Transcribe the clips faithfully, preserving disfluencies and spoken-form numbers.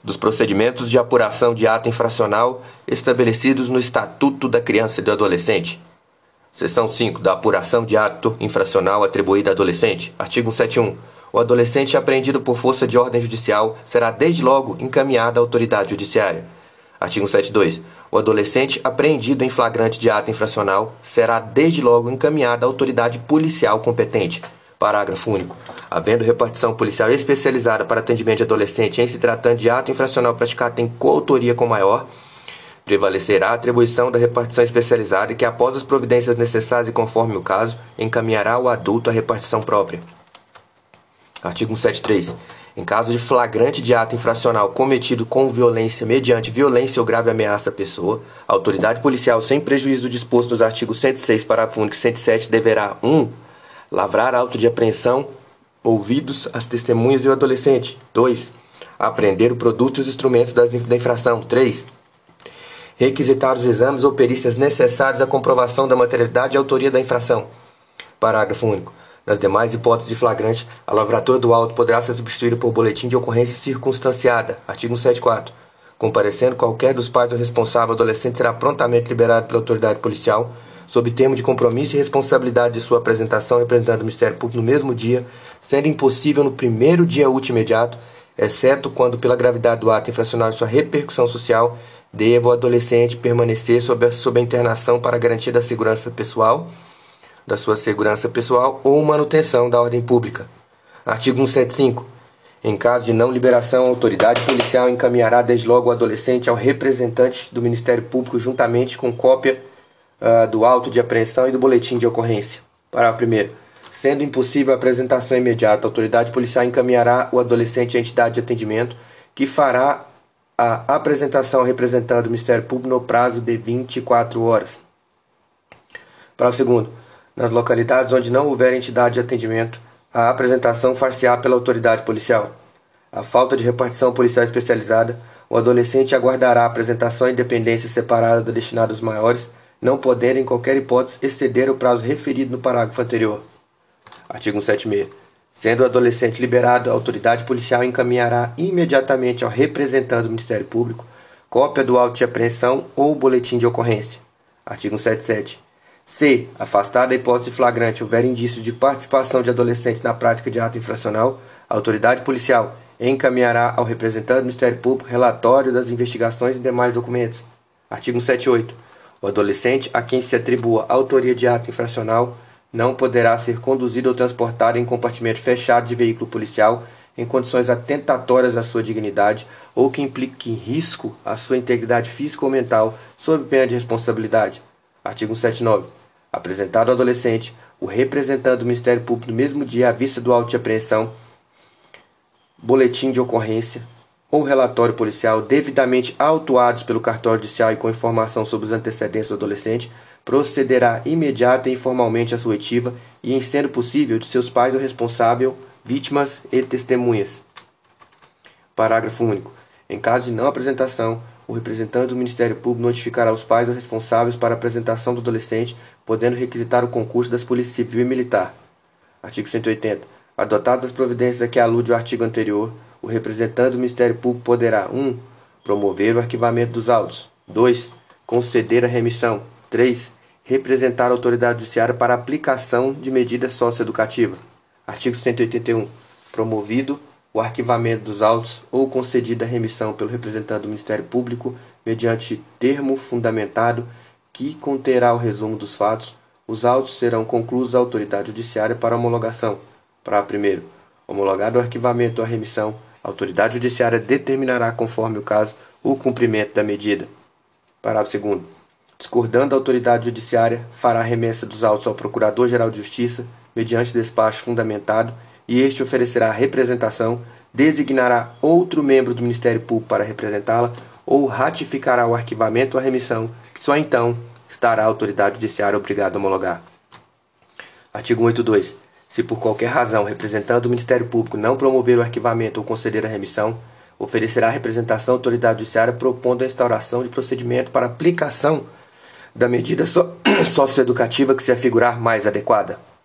dos procedimentos de apuração de ato infracional estabelecidos no Estatuto da Criança e do Adolescente. Seção cinco. Da apuração de ato infracional atribuído a adolescente. Artigo cento e setenta e um. O adolescente apreendido por força de ordem judicial será desde logo encaminhado à autoridade judiciária. Artigo cento e setenta e dois. O adolescente apreendido em flagrante de ato infracional será desde logo encaminhado à autoridade policial competente. Parágrafo único. Havendo repartição policial especializada para atendimento de adolescente em se tratando de ato infracional praticado em coautoria com maior, prevalecerá a atribuição da repartição especializada que, após as providências necessárias e conforme o caso, encaminhará o adulto à repartição própria. Artigo cento e setenta e três. Em caso de flagrante de ato infracional cometido com violência mediante violência ou grave ameaça à pessoa, a autoridade policial, sem prejuízo do disposto nos artigos cento e seis, parágrafo único e cento e sete, deverá um lavrar auto de apreensão, ouvidos as testemunhas e o adolescente. dois Apreender o produto e os instrumentos das inf- da infração. três Requisitar os exames ou perícias necessários à comprovação da materialidade e autoria da infração. Parágrafo único. Nas demais hipóteses de flagrante, a lavratura do auto poderá ser substituída por boletim de ocorrência circunstanciada. Artigo cento e setenta e quatro. Comparecendo qualquer dos pais ou responsável, o adolescente será prontamente liberado pela autoridade policial, sob termo de compromisso e responsabilidade de sua apresentação representando o Ministério Público no mesmo dia, sendo impossível no primeiro dia útil imediato, exceto quando, pela gravidade do ato infracional e sua repercussão social, deva o adolescente permanecer sob a, sob a internação para garantia da segurança pessoal, da sua segurança pessoal ou manutenção da ordem pública. Artigo cento e setenta e cinco. Em caso de não liberação, a autoridade policial encaminhará desde logo o adolescente ao representante do Ministério Público juntamente com cópia uh, do auto de apreensão e do boletim de ocorrência. Parágrafo primeiro. Sendo impossível a apresentação imediata, a autoridade policial encaminhará o adolescente à entidade de atendimento que fará a apresentação ao representante do Ministério Público no prazo de vinte e quatro horas. Parágrafo segundo. Nas localidades onde não houver entidade de atendimento, a apresentação far-se-á pela autoridade policial. A falta de repartição policial especializada, o adolescente aguardará a apresentação em dependência separada da destinada aos maiores, não podendo, em qualquer hipótese, exceder o prazo referido no parágrafo anterior. Artigo cento e setenta e seis. Sendo o adolescente liberado, a autoridade policial encaminhará imediatamente ao representante do Ministério Público cópia do auto de apreensão ou boletim de ocorrência. Artigo cento e setenta e sete. Se, afastada a hipótese de flagrante, houver indício de participação de adolescente na prática de ato infracional, a autoridade policial encaminhará ao representante do Ministério Público relatório das investigações e demais documentos. Artigo cento e setenta e oito. O adolescente a quem se atribua a autoria de ato infracional não poderá ser conduzido ou transportado em compartimento fechado de veículo policial em condições atentatórias à sua dignidade ou que implique risco à sua integridade física ou mental, sob pena de responsabilidade. Artigo cento e setenta e nove. Apresentado ao adolescente, o representante do Ministério Público no mesmo dia à vista do auto de apreensão, boletim de ocorrência ou relatório policial devidamente autuados pelo cartório judicial e com informação sobre os antecedentes do adolescente, procederá imediata e informalmente à sua oitiva e, em sendo possível, de seus pais ou responsável, vítimas e testemunhas. Parágrafo único. Em caso de não apresentação, o representante do Ministério Público notificará os pais ou responsáveis para a apresentação do adolescente, podendo requisitar o concurso das polícias civil e militar. Artigo cento e oitenta. Adotadas as providências a que alude o artigo anterior, o representante do Ministério Público poderá um promover o arquivamento dos autos. dois Conceder a remissão. três Representar a autoridade judiciária para a aplicação de medida socioeducativa. Artigo cento e oitenta e um. Promovido o arquivamento dos autos ou concedida a remissão pelo representante do Ministério Público mediante termo fundamentado que conterá o resumo dos fatos, os autos serão concluídos à autoridade judiciária para homologação. Parágrafo primeiro. Homologado o arquivamento ou a remissão, a autoridade judiciária determinará, conforme o caso, o cumprimento da medida. Parágrafo segundo. Discordando a autoridade judiciária, fará remessa dos autos ao Procurador-Geral de Justiça, mediante despacho fundamentado, e este oferecerá representação, designará outro membro do Ministério Público para representá-la ou ratificará o arquivamento ou a remissão, que só então estará a autoridade judiciária obrigada a homologar. Artigo cento e oitenta e dois. Se por qualquer razão o representante do Ministério Público não promover o arquivamento ou conceder a remissão, oferecerá representação à autoridade judiciária propondo a instauração de procedimento para aplicação da medida so socioeducativa que se afigurar mais adequada.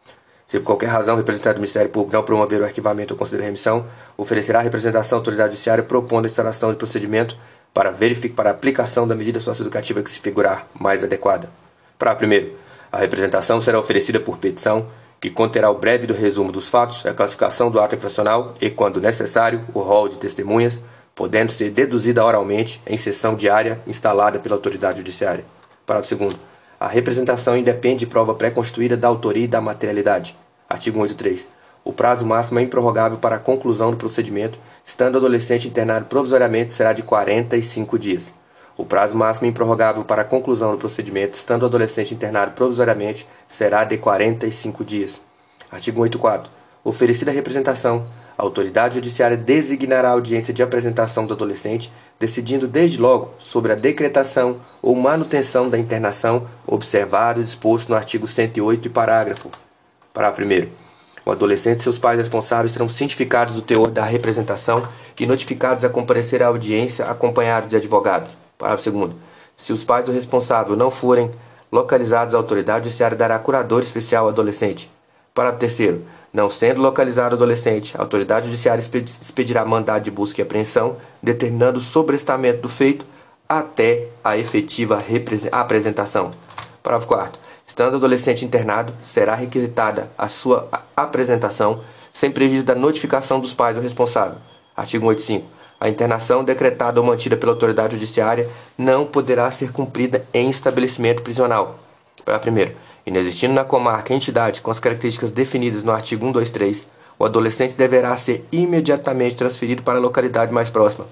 Se por qualquer razão o representante do Ministério Público não promover o arquivamento ou considerar a remissão, oferecerá a representação à autoridade judiciária propondo a instalação de procedimento para, verific... para a aplicação da medida socioeducativa que se figurar mais adequada. Parágrafo primeiro. A representação será oferecida por petição, que conterá o breve do resumo dos fatos, a classificação do ato infracional e, quando necessário, o rol de testemunhas, podendo ser deduzida oralmente em sessão diária instalada pela autoridade judiciária. Parágrafo segundo. A representação independe de prova pré-constituída da autoria e da materialidade. Artigo cento e oitenta e três. O prazo máximo é improrrogável para a conclusão do procedimento, estando o adolescente internado provisoriamente, será de quarenta e cinco dias. O prazo máximo improrrogável para a conclusão do procedimento, estando o adolescente internado provisoriamente, será de quarenta e cinco dias. Artigo cento e oitenta e quatro. Oferecida a representação, a autoridade judiciária designará a audiência de apresentação do adolescente, decidindo desde logo sobre a decretação ou manutenção da internação, observado o disposto no artigo cento e oito e parágrafo. Parágrafo primeiro. O adolescente e seus pais responsáveis serão cientificados do teor da representação e notificados a comparecer à audiência acompanhados de advogados. Parágrafo segundo. Se os pais do responsável não forem localizados, a autoridade judiciária dará curador especial ao adolescente. Parágrafo terceiro. Não sendo localizado o adolescente, a autoridade judiciária expedirá mandado de busca e apreensão, determinando o sobrestamento do feito até a efetiva apresentação. Parágrafo quarto. Estando o adolescente internado, será requisitada a sua apresentação, sem prejuízo da notificação dos pais do responsável. Artigo cento e oitenta e cinco. A internação decretada ou mantida pela autoridade judiciária não poderá ser cumprida em estabelecimento prisional. Parágrafo primeiro. Inexistindo na comarca entidade com as características definidas no artigo cento e vinte e três, o adolescente deverá ser imediatamente transferido para a localidade mais próxima.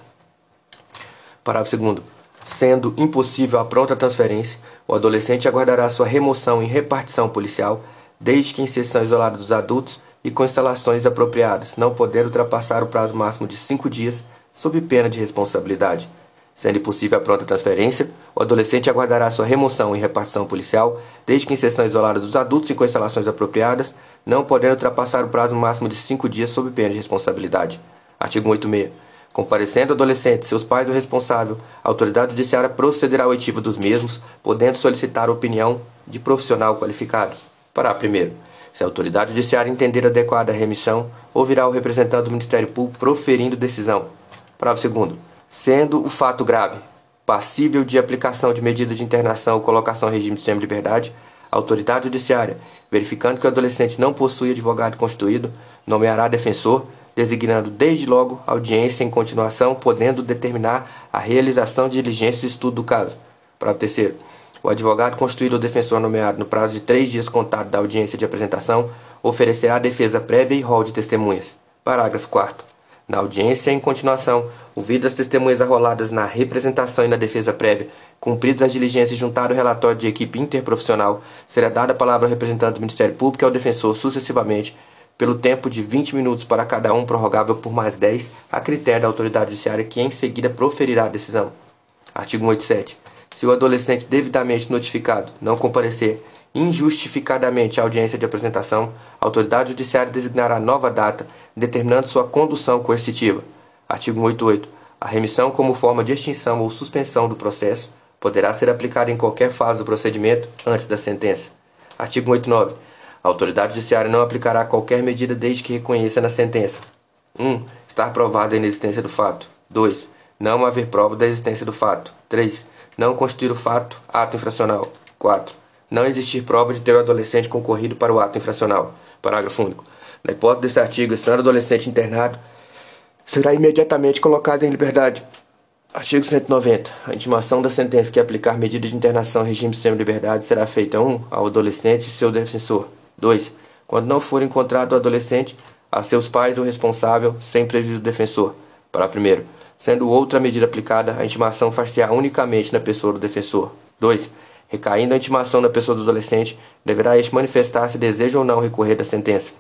Parágrafo segundo. Sendo impossível a pronta transferência, o adolescente aguardará sua remoção em repartição policial, desde que em seção isolada dos adultos e com instalações apropriadas, não podendo ultrapassar o prazo máximo de cinco dias, sob pena de responsabilidade. Sendo impossível a pronta transferência, o adolescente aguardará sua remoção em repartição policial, desde que em seção isolada dos adultos e com instalações apropriadas, não podendo ultrapassar o prazo máximo de cinco dias sob pena de responsabilidade. Artigo cento e oitenta e seis. Comparecendo o adolescente, seus pais ou responsável, a autoridade judiciária procederá ao oitivo dos mesmos, podendo solicitar a opinião de profissional qualificado. Parágrafo primeiro. Se a autoridade judiciária entender adequada a remissão, ouvirá o representante do Ministério Público proferindo decisão. Parágrafo segundo. Sendo o fato grave, passível de aplicação de medida de internação ou colocação em regime de semi-liberdade, a autoridade judiciária, verificando que o adolescente não possui advogado constituído, nomeará defensor, designando desde logo audiência em continuação, podendo determinar a realização de diligências de estudo do caso. Parágrafo terceiro. O advogado constituído ou defensor nomeado no prazo de três dias contado da audiência de apresentação oferecerá a defesa prévia e rol de testemunhas. Parágrafo quarto. Na audiência em continuação, ouvidas as testemunhas arroladas na representação e na defesa prévia, cumpridas as diligências e juntado o relatório de equipe interprofissional, será dada a palavra ao representante do Ministério Público e ao defensor sucessivamente, pelo tempo de vinte minutos para cada um, prorrogável por mais dez, a critério da autoridade judiciária, que em seguida proferirá a decisão. Artigo cento e oitenta e sete. Se o adolescente devidamente notificado não comparecer injustificadamente à audiência de apresentação, a autoridade judiciária designará nova data, determinando sua condução coercitiva. Artigo cento e oitenta e oito. A remissão como forma de extinção ou suspensão do processo poderá ser aplicada em qualquer fase do procedimento antes da sentença. Artigo cento e oitenta e nove. A autoridade judiciária não aplicará qualquer medida desde que reconheça na sentença: um. Estar provada a inexistência do fato. dois. Não haver prova da existência do fato. três. Não constituir o fato ato infracional. quatro. Não existir prova de ter o adolescente concorrido para o ato infracional. Parágrafo único. Na hipótese desse artigo, estando o adolescente internado, será imediatamente colocado em liberdade. Artigo cento e noventa. A intimação da sentença que aplicar medida de internação em regime de semi-liberdade será feita um. Ao adolescente e seu defensor. dois. Quando não for encontrado o adolescente, a seus pais ou responsável, sem prejuízo do defensor. Parágrafo primeiro. Sendo outra medida aplicada, a intimação far-se-á unicamente na pessoa do defensor. dois. Recaindo a intimação na pessoa do adolescente, deverá este manifestar se deseja ou não recorrer da sentença.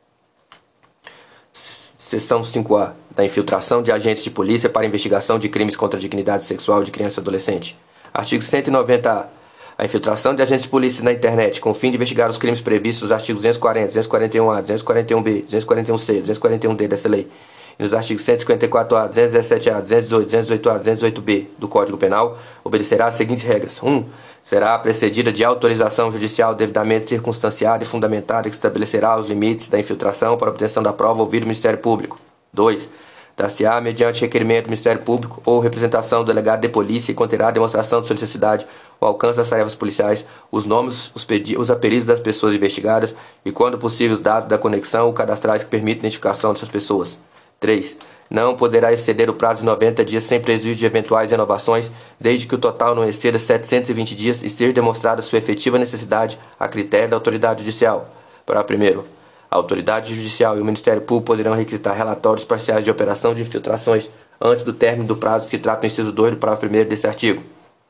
Seção cinco A. Da infiltração de agentes de polícia para investigação de crimes contra a dignidade sexual de criança e adolescente. Artigo cento e noventa A. A infiltração de agentes de polícia na internet com o fim de investigar os crimes previstos nos artigos duzentos e quarenta, duzentos e quarenta e um A, duzentos e quarenta e um B, duzentos e quarenta e um C, duzentos e quarenta e um D dessa lei e nos artigos cento e cinquenta e quatro A, duzentos e dezessete A, duzentos e dezoito, duzentos e dezoito A, duzentos e dezoito B do Código Penal, obedecerá às seguintes regras. um. Será precedida de autorização judicial devidamente circunstanciada e fundamentada que estabelecerá os limites da infiltração para obtenção da prova ouvido o Ministério Público. dois. Dar-se-á, mediante requerimento do Ministério Público ou representação do delegado de polícia e conterá demonstração de sua necessidade ou alcance das tarefas policiais, os nomes, os, os apelidos das pessoas investigadas e, quando possível, os dados da conexão ou cadastrais que permitem a identificação dessas pessoas. três. Não poderá exceder o prazo de noventa dias sem prejuízo de eventuais renovações, desde que o total não exceda setecentos e vinte dias e esteja demonstrada sua efetiva necessidade a critério da autoridade judicial. Parágrafo primeiro. A autoridade judicial e o Ministério Público poderão requisitar relatórios parciais de operação de infiltrações antes do término do prazo que trata o inciso dois do parágrafo primeiro deste artigo.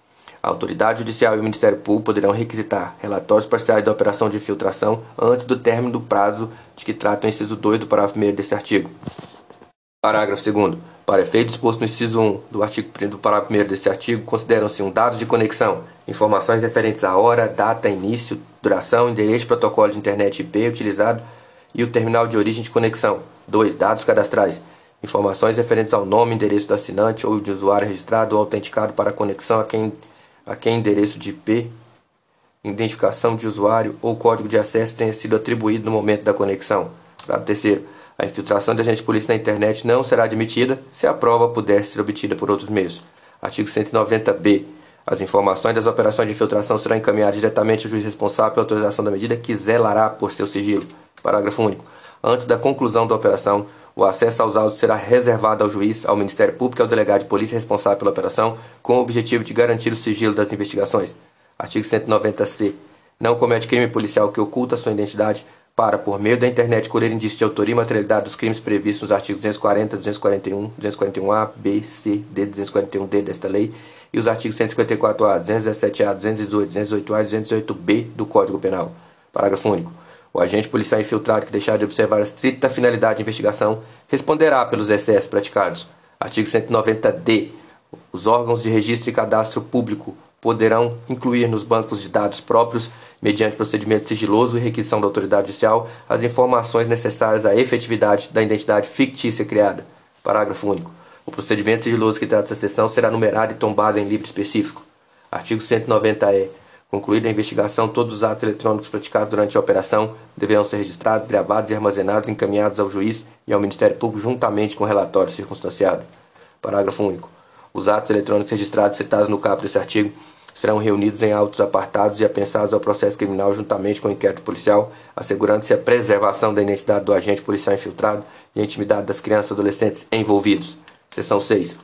A autoridade judicial e o Ministério Público poderão requisitar relatórios parciais da operação de infiltração antes do término do prazo de que trata o inciso dois do parágrafo primeiro deste artigo. Parágrafo segundo. Para efeito disposto no inciso um do artigo do parágrafo primeiro deste artigo, consideram-se um dados de conexão, informações referentes à hora, data, início, duração, endereço e protocolo de internet I P utilizado e o terminal de origem de conexão. dois. Dados cadastrais. Informações referentes ao nome, endereço do assinante ou de usuário registrado ou autenticado para a conexão a quem, a quem endereço de I P, identificação de usuário ou código de acesso tenha sido atribuído no momento da conexão. Parágrafo terceiro. A infiltração de agente de polícia na internet não será admitida se a prova puder ser obtida por outros meios. Artigo cento e noventa B. As informações das operações de infiltração serão encaminhadas diretamente ao juiz responsável pela autorização da medida que zelará por seu sigilo. Parágrafo único. Antes da conclusão da operação, o acesso aos autos será reservado ao juiz, ao Ministério Público e ao delegado de polícia responsável pela operação, com o objetivo de garantir o sigilo das investigações. Artigo cento e noventa C. Não comete crime policial que oculta sua identidade para, por meio da internet, colher indício de autoria e materialidade dos crimes previstos nos artigos duzentos e quarenta, duzentos e quarenta e um, duzentos e quarenta e um A, B, C, D, duzentos e quarenta e um D desta lei e os artigos cento e cinquenta e quatro A, duzentos e dezessete A, duzentos e dezoito, duzentos e dezoito A e duzentos e dezoito B do Código Penal. Parágrafo único. O agente policial infiltrado que deixar de observar a estrita finalidade de investigação responderá pelos excessos praticados. Artigo cento e noventa D. Os órgãos de registro e cadastro público poderão incluir nos bancos de dados próprios, mediante procedimento sigiloso e requisição da autoridade judicial, as informações necessárias à efetividade da identidade fictícia criada. Parágrafo único. O procedimento sigiloso que trata essa seção será numerado e tombado em livro específico. Artigo cento e noventa E. Concluída a investigação, todos os atos eletrônicos praticados durante a operação deverão ser registrados, gravados e armazenados, encaminhados ao juiz e ao Ministério Público juntamente com o relatório circunstanciado. Parágrafo único. Os atos eletrônicos registrados citados no caput deste artigo serão reunidos em autos apartados e apensados ao processo criminal juntamente com o inquérito policial, assegurando-se a preservação da identidade do agente policial infiltrado e a intimidade das crianças e adolescentes envolvidos. Seção seis.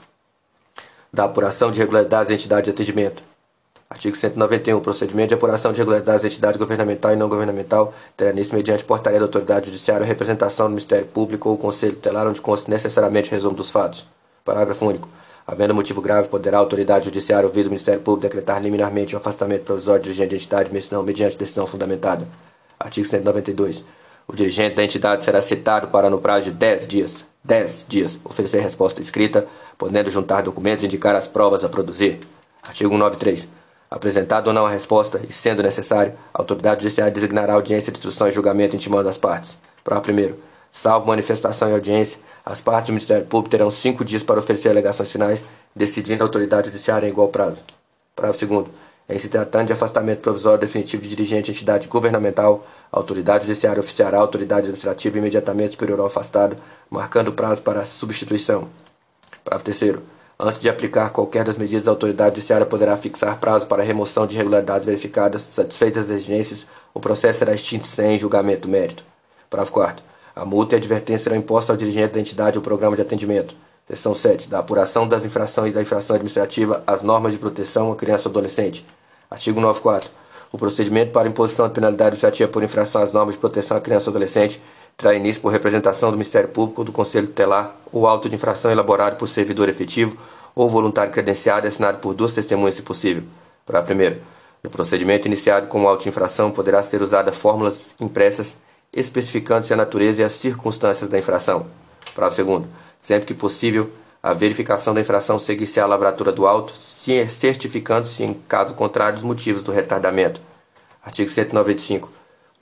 Da apuração de irregularidades da entidade de atendimento. Artigo cento e noventa e um. O procedimento de apuração de irregularidades da entidade governamental e não governamental terá início mediante portaria da autoridade judiciária, representação do Ministério Público ou Conselho Tutelar, onde conste necessariamente resumo dos fatos. Parágrafo único. Havendo motivo grave, poderá a autoridade judiciária, ouvido o Ministério Público, decretar liminarmente o afastamento provisório do dirigente da entidade, não mediante decisão fundamentada. Artigo cento e noventa e dois. O dirigente da entidade será citado para, no prazo de dez dias, dez dias, oferecer resposta escrita, podendo juntar documentos e indicar as provas a produzir. Artigo cento e noventa e três. Apresentada ou não a resposta, e sendo necessário, a autoridade judiciária designará audiência de instrução e julgamento intimando as partes. Parágrafo primeiro. Salvo manifestação e audiência, as partes do Ministério Público terão cinco dias para oferecer alegações finais, decidindo a autoridade judiciária em igual prazo. Parágrafo segundo. Em se tratando de afastamento provisório definitivo de dirigente de entidade governamental, a autoridade judiciária oficiará a autoridade administrativa imediatamente superior ao afastado, marcando o prazo para a substituição. Parágrafo terceiro. Antes de aplicar qualquer das medidas, a autoridade judiciária poderá fixar prazo para a remoção de irregularidades verificadas, satisfeitas as exigências, o processo será extinto sem julgamento do mérito. Parágrafo quarto. A multa e a advertência serão impostas ao dirigente da entidade ou programa de atendimento. Seção sete. Da apuração das infrações e da infração administrativa às normas de proteção à criança ou adolescente. Artigo noventa e quatro. O procedimento para imposição de penalidade administrativa por infração às normas de proteção à criança ou adolescente terá início por representação do Ministério Público ou do Conselho Tutelar ou auto de infração elaborado por servidor efetivo ou voluntário credenciado e assinado por duas testemunhas, se possível. Parágrafo primeiro. No procedimento iniciado com auto de infração poderá ser usada fórmulas impressas especificando-se a natureza e as circunstâncias da infração. Parágrafo segundo. Sempre que possível, a verificação da infração seguir-se à lavratura do auto, certificando-se, em caso contrário, os motivos do retardamento. Artigo cento e noventa e cinco.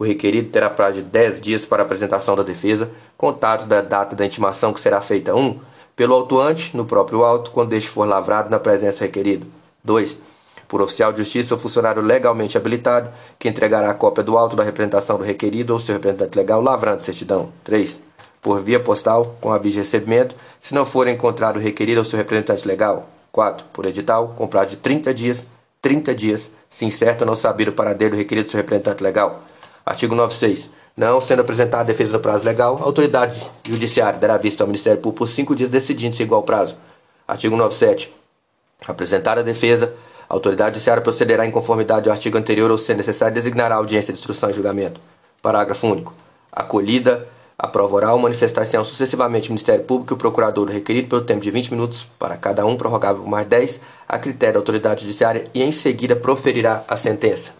O requerido terá prazo de dez dias para a apresentação da defesa, contados da data da intimação que será feita um pelo autuante no próprio auto, quando este for lavrado na presença do requerido. dois Por oficial de justiça ou funcionário legalmente habilitado, que entregará a cópia do auto da representação do requerido ou seu representante legal lavrando certidão. três Por via postal, com aviso de recebimento, se não for encontrado o requerido ou seu representante legal. quatro Por edital, com prazo de trinta dias, trinta dias, se incerto ou não saber o paradeiro do requerido ou seu representante legal. Artigo noventa e seis. Não sendo apresentada a defesa no prazo legal, a autoridade judiciária dará vista ao Ministério Público por cinco dias decidindo-se igual prazo. Artigo noventa e sete. Apresentada a defesa, a autoridade judiciária procederá em conformidade ao artigo anterior ou, se necessário, designará a audiência de instrução e julgamento. Parágrafo único. Acolhida a prova oral, manifestar-se-ão sucessivamente o Ministério Público e o Procurador do requerido pelo tempo de vinte minutos, para cada um prorrogável por mais dez, a critério da autoridade judiciária, e em seguida proferirá a sentença.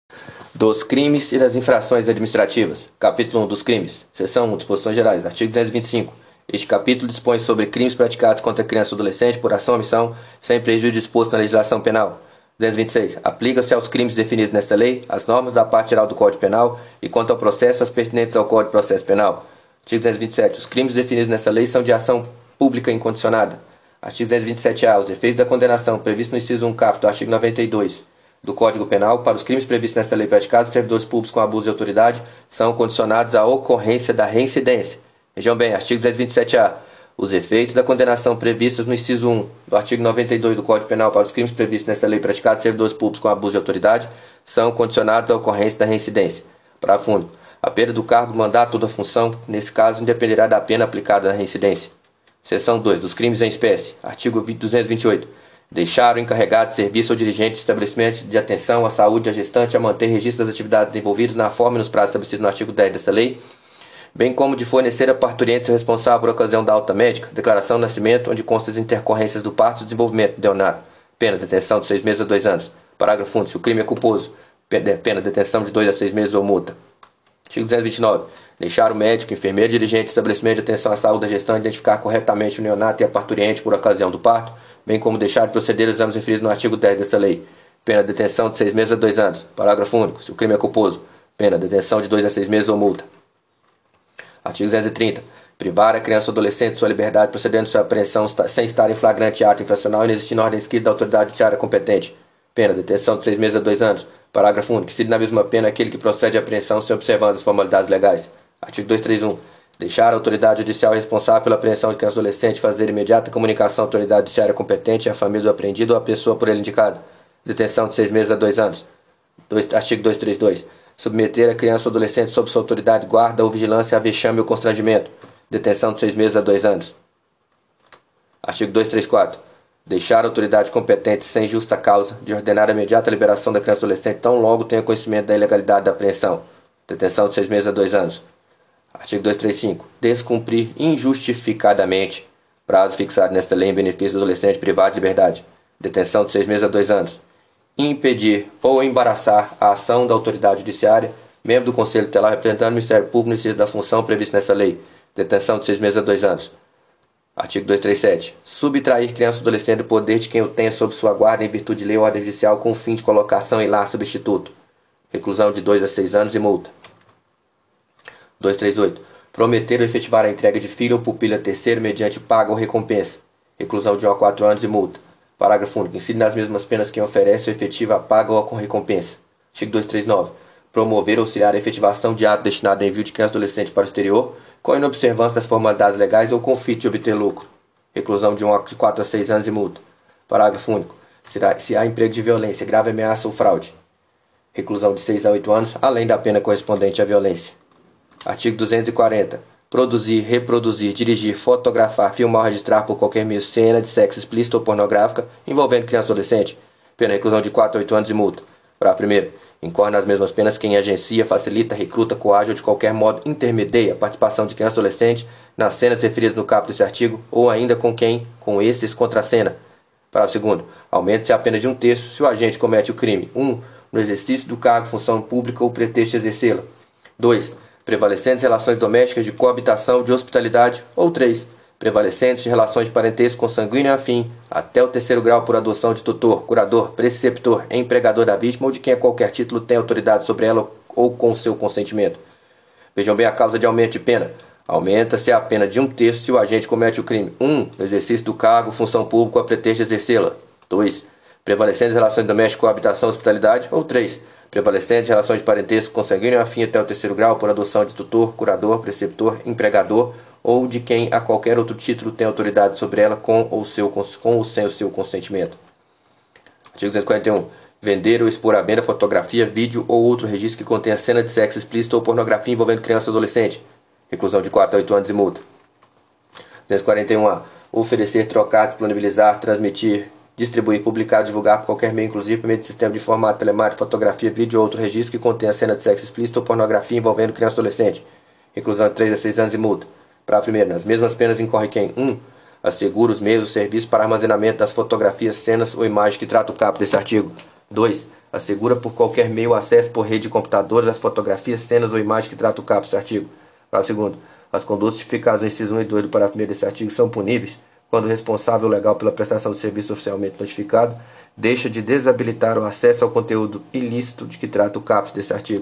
Dos crimes e das infrações administrativas. Capítulo um dos crimes. Seção um. Disposições gerais. Artigo duzentos e vinte e cinco. Este capítulo dispõe sobre crimes praticados contra criança ou adolescente por ação ou omissão, sem prejuízo disposto na legislação penal. duzentos e vinte e seis. Aplica-se aos crimes definidos nesta lei as normas da parte geral do Código Penal e, quanto ao processo, as pertinentes ao Código de Processo Penal. Artigo duzentos e vinte e sete. Os crimes definidos nesta lei são de ação pública incondicionada. Artigo duzentos e vinte e sete A. Os efeitos da condenação previsto no inciso um caput do artigo noventa e dois do Código Penal para os crimes previstos nesta lei praticados por servidores públicos com abuso de autoridade são condicionados à ocorrência da reincidência. Vejam bem, artigo duzentos e vinte e sete A. Os efeitos da condenação previstos no inciso um do artigo noventa e dois do Código Penal para os crimes previstos nesta lei praticados por servidores públicos com abuso de autoridade são condicionados à ocorrência da reincidência. Parágrafo único. A perda do cargo, mandato ou da função, nesse caso, independerá da pena aplicada na reincidência. Seção dois. Dos crimes em espécie. Artigo duzentos e vinte e oito. Deixar o encarregado de serviço ou dirigente de estabelecimento de atenção à saúde da gestante a manter registro das atividades envolvidas na forma e nos prazos estabelecidos no artigo dez desta lei, bem como de fornecer a parturiente seu responsável por ocasião da alta médica, declaração de nascimento, onde constam as intercorrências do parto e do desenvolvimento do neonato. Pena de detenção de seis meses a dois anos. Parágrafo único. Se o crime é culposo, pena de detenção de dois a seis meses ou multa. Artigo duzentos e vinte e nove. Deixar o médico, enfermeiro, dirigente de estabelecimento de atenção à saúde da gestante identificar corretamente o neonato e a parturiente por ocasião do parto, bem como deixar de proceder aos exames referidos no artigo dez desta lei. Pena de detenção de seis meses a dois anos. Parágrafo único. Se o crime é culposo, pena de detenção de dois a seis meses ou multa. Artigo duzentos e trinta. Privar a criança ou adolescente de sua liberdade procedendo de sua apreensão sem estar em flagrante ato infracional e inexistindo ordem escrita da autoridade judiciária competente. Pena de detenção de seis meses a dois anos. Parágrafo único. Incide na mesma pena aquele que procede à apreensão sem observando as formalidades legais. Artigo duzentos e trinta e um. Deixar a autoridade judicial responsável pela apreensão de criança ou adolescente fazer imediata comunicação à autoridade judiciária competente, à família do apreendido ou à pessoa por ele indicada. Detenção de seis meses a dois anos. Dois, artigo duzentos e trinta e dois. Submeter a criança ou adolescente sob sua autoridade, guarda ou vigilância a vexame ou constrangimento. Detenção de seis meses a dois anos. Artigo duzentos e trinta e quatro. Deixar a autoridade competente sem justa causa de ordenar a imediata liberação da criança ou adolescente tão logo tenha conhecimento da ilegalidade da apreensão. Detenção de seis meses a dois anos. Artigo duzentos e trinta e cinco. Descumprir injustificadamente prazo fixado nesta lei em benefício do adolescente privado de liberdade. Detenção de seis meses a dois anos. Impedir ou embaraçar a ação da autoridade judiciária, membro do Conselho Tutelar representando o Ministério Público no exercício da função prevista nessa lei. Detenção de seis meses a dois anos. Artigo duzentos e trinta e sete. Subtrair criança ou adolescente do poder de quem o tenha sob sua guarda em virtude de lei ou ordem judicial com o fim de colocação em lar substituto. Reclusão de dois a seis anos e multa. duzentos e trinta e oito. Prometer ou efetivar a entrega de filho ou pupila a terceiro mediante paga ou recompensa. Reclusão de um a quatro anos e multa. Parágrafo único. Incide nas mesmas penas quem oferece ou efetiva a paga ou com recompensa. Artigo duzentos e trinta e nove. Promover ou auxiliar a efetivação de ato destinado ao envio de criança ou adolescente para o exterior, com inobservância das formalidades legais ou com fim de obter lucro. Reclusão de um a quatro a seis anos e multa. Parágrafo único. Se há emprego de violência, grave ameaça ou fraude. Reclusão de seis a oito anos, além da pena correspondente à violência. Artigo duzentos e quarenta. Produzir, reproduzir, dirigir, fotografar, filmar ou registrar por qualquer meio cena de sexo explícito ou pornográfica envolvendo criança ou adolescente. Pena reclusão de quatro a oito anos e multa. Parágrafo primeiro. Incorre nas mesmas penas quem agencia, facilita, recruta, coage ou de qualquer modo intermedia a participação de criança ou adolescente nas cenas referidas no caput deste artigo ou ainda com quem, com estes, contracena. Parágrafo segundo. Aumente-se a pena de um terço se o agente comete o crime. um. No exercício do cargo, função pública ou pretexto de exercê-la. dois. Prevalecentes relações domésticas de coabitação, de hospitalidade. Ou três. Prevalecentes de relações de parentesco consanguíneo e afim, até o terceiro grau por adoção de tutor, curador, preceptor, empregador da vítima ou de quem a qualquer título tem autoridade sobre ela ou com seu consentimento. Vejam bem a causa de aumento de pena. Aumenta-se a pena de um terço se o agente comete o crime um. No exercício do cargo, função pública ou a pretexto de exercê-la. dois. Prevalecendo as relações domésticas com habitação, hospitalidade. Ou três. Prevalecendo as relações de parentesco consanguíneo afim até o terceiro grau por adoção de tutor, curador, preceptor, empregador ou de quem a qualquer outro título tem autoridade sobre ela com ou, seu, com ou sem o seu consentimento. Artigo duzentos e quarenta e um. Vender ou expor à venda fotografia, vídeo ou outro registro que contenha cena de sexo explícito ou pornografia envolvendo criança ou adolescente. Reclusão de quatro a oito anos e multa. duzentos e quarenta e um A. Oferecer, trocar, disponibilizar, transmitir, distribuir, publicar, divulgar por qualquer meio, inclusive por meio de sistema de formato telemático, fotografia, vídeo ou outro registro que contenha cena de sexo explícito ou pornografia envolvendo criança ou adolescente. Reclusão de três a seis anos e multa. Para primeiro, nas mesmas penas incorre quem um. Assegura os meios ou serviços para armazenamento das fotografias, cenas ou imagens que trata o caput desse artigo. dois. Assegura por qualquer meio acesso por rede de computadores às fotografias, cenas ou imagens que trata o caput desse artigo. Para segundo, as condutas tipificadas no inciso um e dois do parágrafo primeiro desse artigo são puníveis quando o responsável legal pela prestação de serviço oficialmente notificado deixa de desabilitar o acesso ao conteúdo ilícito de que trata o caput desse artigo.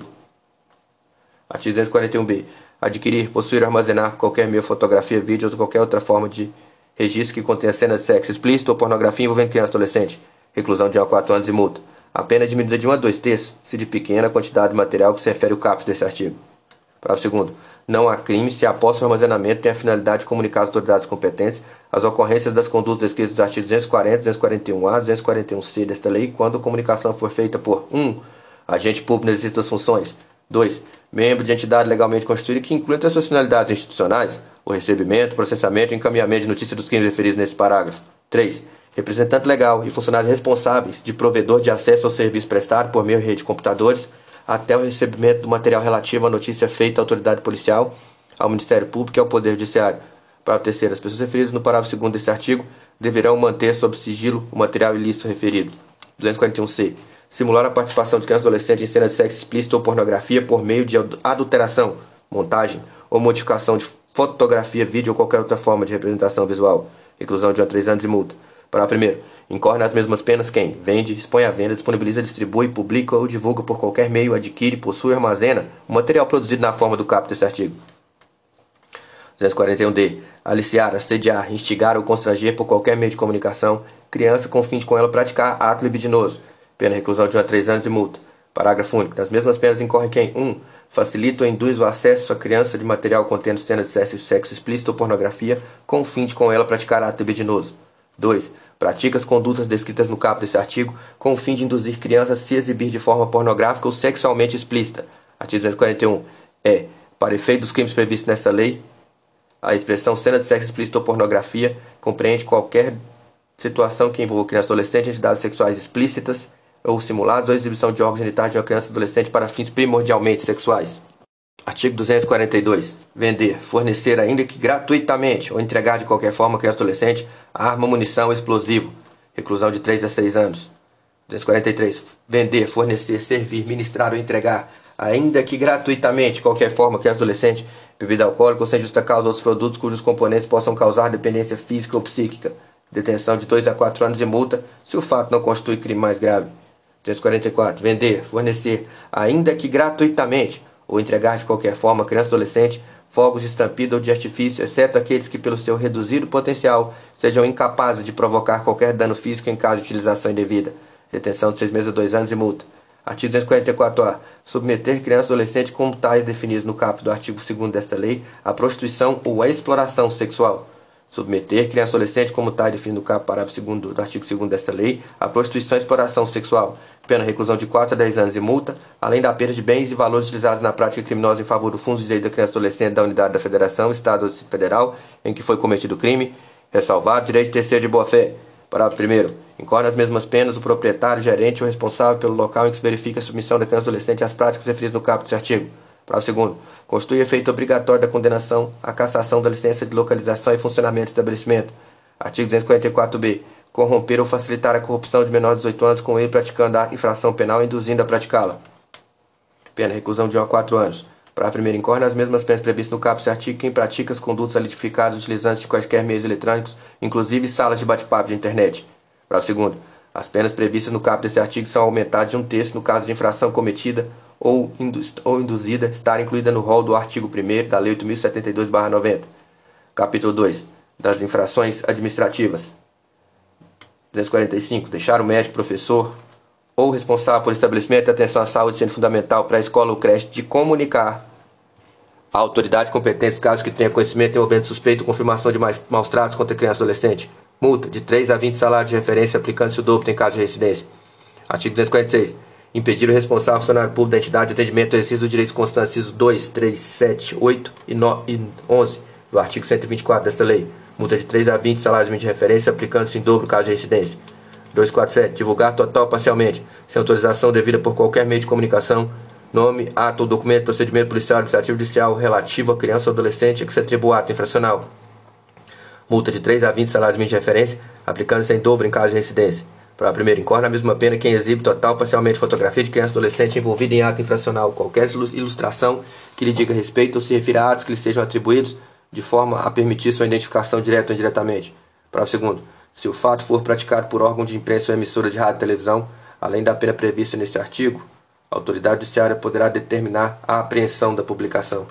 Artigo duzentos e quarenta e um B. Adquirir, possuir ou armazenar qualquer meio, fotografia, vídeo ou qualquer outra forma de registro que contenha cena de sexo explícito ou pornografia envolvendo criança ou adolescente. Reclusão de um a quatro anos e multa. A pena é diminuída de um a dois terços, se de pequena quantidade de material que se refere ao caput desse artigo. Parágrafo segundo. Não há crime se a posse ou armazenamento tem a finalidade de comunicar às autoridades competentes as ocorrências das condutas descritas dos artigos duzentos e quarenta, duzentos e quarenta e um A, duzentos e quarenta e um C desta lei, quando a comunicação for feita por um. Agente público no exercício das funções. dois. Membro de entidade legalmente constituída que inclui entre as suas finalidades institucionais o recebimento, processamento e encaminhamento de notícia dos crimes referidos nesse parágrafo. três. Representante legal e funcionários responsáveis de provedor de acesso ao serviço prestado por meio de rede de computadores até o recebimento do material relativo à notícia feita à autoridade policial, ao Ministério Público e ao Poder Judiciário. Para o terceiro, as pessoas referidas no parágrafo segundo deste artigo deverão manter sob sigilo o material ilícito referido. duzentos e quarenta e um C. Simular a participação de criança ou adolescente em cena de sexo explícito ou pornografia por meio de adulteração, montagem ou modificação de fotografia, vídeo ou qualquer outra forma de representação visual. Reclusão de um a três anos e multa. Parágrafo primeiro. Incorre nas mesmas penas quem vende, expõe à venda, disponibiliza, distribui, publica ou divulga por qualquer meio, adquire, possui ou armazena o material produzido na forma do caput desse artigo. duzentos e quarenta e um D. Aliciar, assediar, instigar ou constranger por qualquer meio de comunicação criança com fim de com ela praticar ato libidinoso. Pena reclusão de um a três anos e multa. Parágrafo único. Nas mesmas penas incorre quem um. Facilita ou induz o acesso à criança de material contendo cena de sexo explícito ou pornografia com o fim de com ela praticar ato libidinoso. dois. Pratica as condutas descritas no caput desse artigo com o fim de induzir crianças a se exibir de forma pornográfica ou sexualmente explícita. Artigo duzentos e quarenta e um. É, para efeito dos crimes previstos nessa lei, a expressão cena de sexo explícito ou pornografia compreende qualquer situação que envolva criança ou adolescente, entidades sexuais explícitas ou simulados ou exibição de órgãos genitais de uma criança ou adolescente para fins primordialmente sexuais. Artigo duzentos e quarenta e dois. Vender, fornecer, ainda que gratuitamente, ou entregar de qualquer forma a criança ou adolescente arma, munição ou explosivo. Reclusão de três a seis anos. duzentos e quarenta e três. Vender, fornecer, servir, ministrar ou entregar, ainda que gratuitamente, de qualquer forma, a criança ou adolescente, bebida alcoólica ou sem justa causa outros produtos cujos componentes possam causar dependência física ou psíquica. Detenção de dois a quatro anos e multa, se o fato não constitui crime mais grave. duzentos e quarenta e quatro. Vender, fornecer, ainda que gratuitamente, ou entregar de qualquer forma a criança ou adolescente fogos de estampida ou de artifício, exceto aqueles que, pelo seu reduzido potencial, sejam incapazes de provocar qualquer dano físico em caso de utilização indevida. Detenção de seis meses a dois anos e multa. Artigo duzentos e quarenta e quatro A. Submeter criança ou adolescente como tais definidos no caput do artigo segundo desta lei à prostituição ou à exploração sexual. Submeter criança ou adolescente como tais definido no caput parágrafo segundo do artigo segundo desta lei à prostituição e exploração sexual. Pena reclusão de quatro a dez anos e multa, além da perda de bens e valores utilizados na prática criminosa em favor do Fundo de Direito da Criança e Adolescente da Unidade da Federação, Estado ou Distrito Federal em que foi cometido o crime, ressalvado direito de terceiro de boa-fé. Parágrafo primeiro. Incorre nas mesmas penas o proprietário, gerente ou responsável pelo local em que se verifica a submissão da criança ou adolescente às práticas referidas no caput deste artigo. Parágrafo segundo. Constitui efeito obrigatório da condenação a cassação da licença de localização e funcionamento do estabelecimento. Artigo duzentos e quarenta e quatro B. Corromper ou facilitar a corrupção de menor de dezoito anos com ele praticando a infração penal e induzindo a praticá-la. Pena reclusão de um a quatro anos. Parágrafo primeiro. Incorre nas mesmas penas previstas no caput deste artigo quem pratica as condutas ali tipificadas utilizando de quaisquer meios eletrônicos, inclusive salas de bate-papo de internet. Parágrafo segundo. As penas previstas no caput deste artigo são aumentadas de um terço no caso de infração cometida ou, induz, ou induzida estar incluída no rol do artigo primeiro da Lei oito mil e setenta e dois barra noventa. Capítulo dois. Das infrações administrativas. duzentos e quarenta e cinco. Deixar o médico, professor ou responsável por estabelecimento de atenção à saúde sendo fundamental para a escola ou creche de comunicar à autoridade competente casos que tenha conhecimento envolvendo suspeito ou confirmação de mais, maus tratos contra criança ou adolescente. Multa de três a vinte salários de referência aplicando-se o dobro em caso de reincidência. Artigo duzentos e quarenta e seis. Impedir o responsável funcionário público da entidade de atendimento ao exercício dos direitos constantes, incisos dois, três, sete, oito e onze do artigo cento e vinte e quatro desta lei. Multa de três a vinte salários mínimos de referência aplicando-se em dobro no caso de reincidência. duzentos e quarenta e sete. Divulgar total ou parcialmente, sem autorização devida por qualquer meio de comunicação, nome, ato ou documento, procedimento policial, administrativo, judicial relativo a criança ou adolescente a que se atribua ato infracional. Multa de três a vinte salários mínimos de referência, aplicando-se em dobro em caso de reincidência. Para primeiro, incorre na mesma pena quem exibe total ou parcialmente fotografia de criança ou adolescente envolvida em ato infracional, qualquer ilustração que lhe diga respeito ou se refira a atos que lhe sejam atribuídos de forma a permitir sua identificação direta ou indiretamente. Para segundo, se o fato for praticado por órgão de imprensa ou emissora de rádio e televisão, além da pena prevista neste artigo, a autoridade judiciária poderá determinar a apreensão da publicação.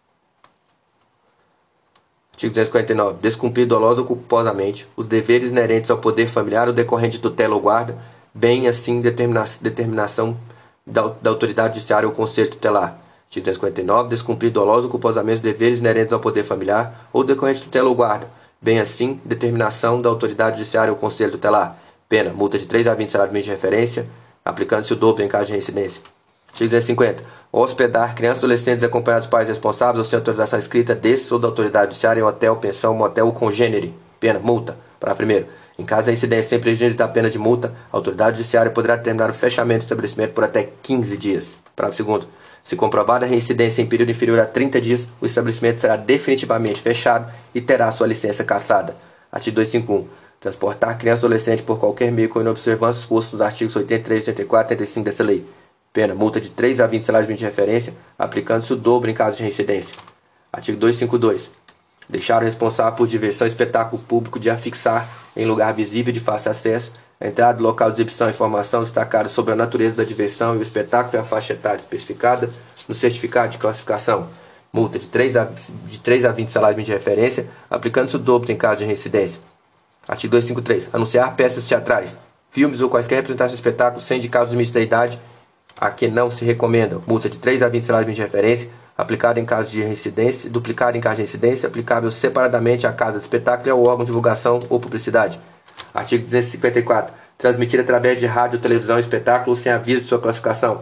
Artigo duzentos e quarenta e nove. Descumprir dolosa ou culposamente os deveres inerentes ao poder familiar ou decorrente de tutela ou guarda, bem assim determina determinação da, da autoridade judiciária ou conselho tutelar. Artigo duzentos e quarenta e nove. Descumprir dolosa ou culposamente os deveres inerentes ao poder familiar ou decorrente de tutela ou guarda, bem assim determinação da autoridade judiciária ou conselho tutelar. Pena, multa de três a vinte salários mínimos de referência, aplicando-se o dobro em caso de reincidência. Artigo duzentos e cinquenta. Hospedar crianças e adolescentes acompanhados dos pais responsáveis ou sem autorização escrita desses ou da autoridade judiciária em hotel, pensão, motel ou congênere. Pena, multa. Para primeiro, em caso de incidência sem prejuízo da pena de multa, a autoridade judiciária poderá determinar o fechamento do estabelecimento por até quinze dias. Para segundo, se comprovada a reincidência em período inferior a trinta dias, o estabelecimento será definitivamente fechado e terá sua licença cassada. Artigo duzentos e cinquenta e um. Transportar criança ou adolescente por qualquer meio com inobservância expostos nos artigos oitenta e três, oitenta e quatro e oitenta e cinco dessa lei. Pena, multa de três a vinte salários mínimos de referência, aplicando-se o dobro em caso de reincidência. Artigo duzentos e cinquenta e dois. Deixar o responsável por diversão e espetáculo público de afixar, em lugar visível de fácil acesso, a entrada do local de exibição e informação destacada sobre a natureza da diversão e o espetáculo e a faixa etária especificada no certificado de classificação. Multa de três a vinte salários mínimos de referência, aplicando-se o dobro em caso de reincidência. Artigo duzentos e cinquenta e três. Anunciar peças teatrais, filmes ou quaisquer representações de espetáculos sem indicar os limites da idade a que não se recomenda. Multa de três a vinte salários mínimos de referência, aplicada em caso de reincidência, duplicada em caso de reincidência, aplicável separadamente à casa de espetáculo e ao órgão de divulgação ou publicidade. Artigo duzentos e cinquenta e quatro. Transmitir através de rádio, televisão, espetáculo sem aviso de sua classificação.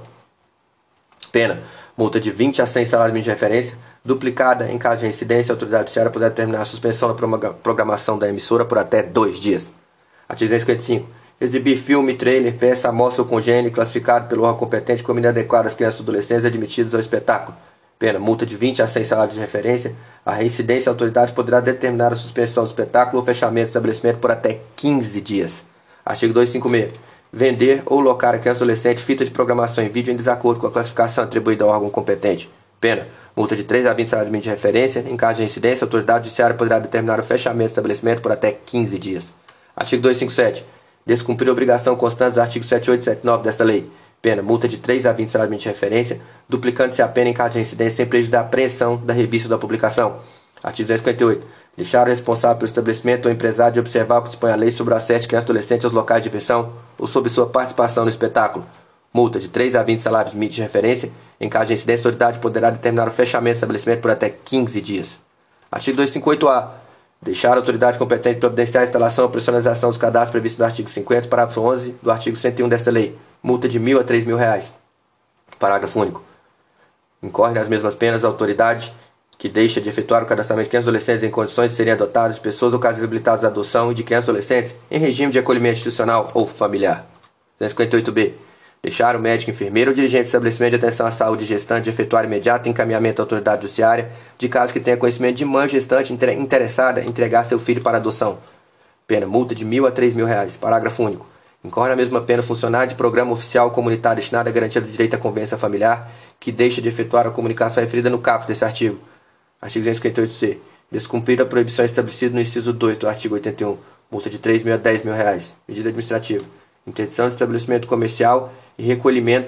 Pena. Multa de vinte a cem salários mínimos de referência, duplicada em caso de reincidência, a autoridade judiciária poderá determinar a suspensão da programação da emissora por até dois dias. Artigo duzentos e cinquenta e cinco. Exibir filme, trailer, peça, amostra ou congênere classificado pelo órgão competente como inadequado às crianças e adolescentes admitidos ao espetáculo. Pena, multa de vinte a cem salários de referência. A reincidência, a autoridade poderá determinar a suspensão do espetáculo ou fechamento do estabelecimento por até quinze dias. Artigo duzentos e cinquenta e seis. Vender ou locar a criança ou adolescente fita de programação em vídeo em desacordo com a classificação atribuída ao órgão competente. Pena, multa de três a vinte salários mínimos de referência. Em caso de reincidência, a autoridade judiciária poderá determinar o fechamento do estabelecimento por até quinze dias. Artigo duzentos e cinquenta e sete. Descumprir a obrigação constante dos artigos setenta e oito e setenta e nove desta lei. Pena, multa de três a vinte salários mínimos de referência, duplicando-se a pena em caso de reincidência sem prejuízo da apreensão da revista ou da publicação. Artigo duzentos e cinquenta e oito. Deixar o responsável pelo estabelecimento ou empresário de observar o que dispõe a lei sobre o acesso de crianças e adolescentes aos locais de diversão ou sobre sua participação no espetáculo. Multa de três a vinte salários mínimos de referência. Em caso de incidência, a autoridade poderá determinar o fechamento do estabelecimento por até quinze dias. Artigo duzentos e cinquenta e oito A. Deixar a autoridade competente providenciar a instalação ou personalização dos cadastros previstos no artigo cinquenta, parágrafo onze do artigo cento e um desta lei. Multa de mil a três mil reais. Parágrafo único. Incorre nas mesmas penas a autoridade que deixa de efetuar o cadastramento de crianças e adolescentes em condições de serem adotadas de pessoas ou casais habilitados à adoção e de crianças e adolescentes em regime de acolhimento institucional ou familiar. duzentos e cinquenta e oito B. Deixar o médico, enfermeiro ou dirigente de estabelecimento de atenção à saúde gestante de efetuar imediato encaminhamento à autoridade judiciária de caso que tenha conhecimento de mãe gestante interessada em entregar seu filho para adoção. Pena, multa de mil a três mil reais. Parágrafo único. Incorre na mesma pena funcionário de programa oficial comunitário destinado à garantia do direito à convivência familiar que deixa de efetuar a comunicação referida no caput desse artigo. Artigo duzentos e cinquenta e oito C. Descumprir a proibição estabelecida no inciso dois do artigo oitenta e um. Multa de três mil a dez mil reais. Medida administrativa. Interdição de estabelecimento comercial e recolhimento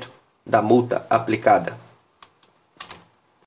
da multa aplicada.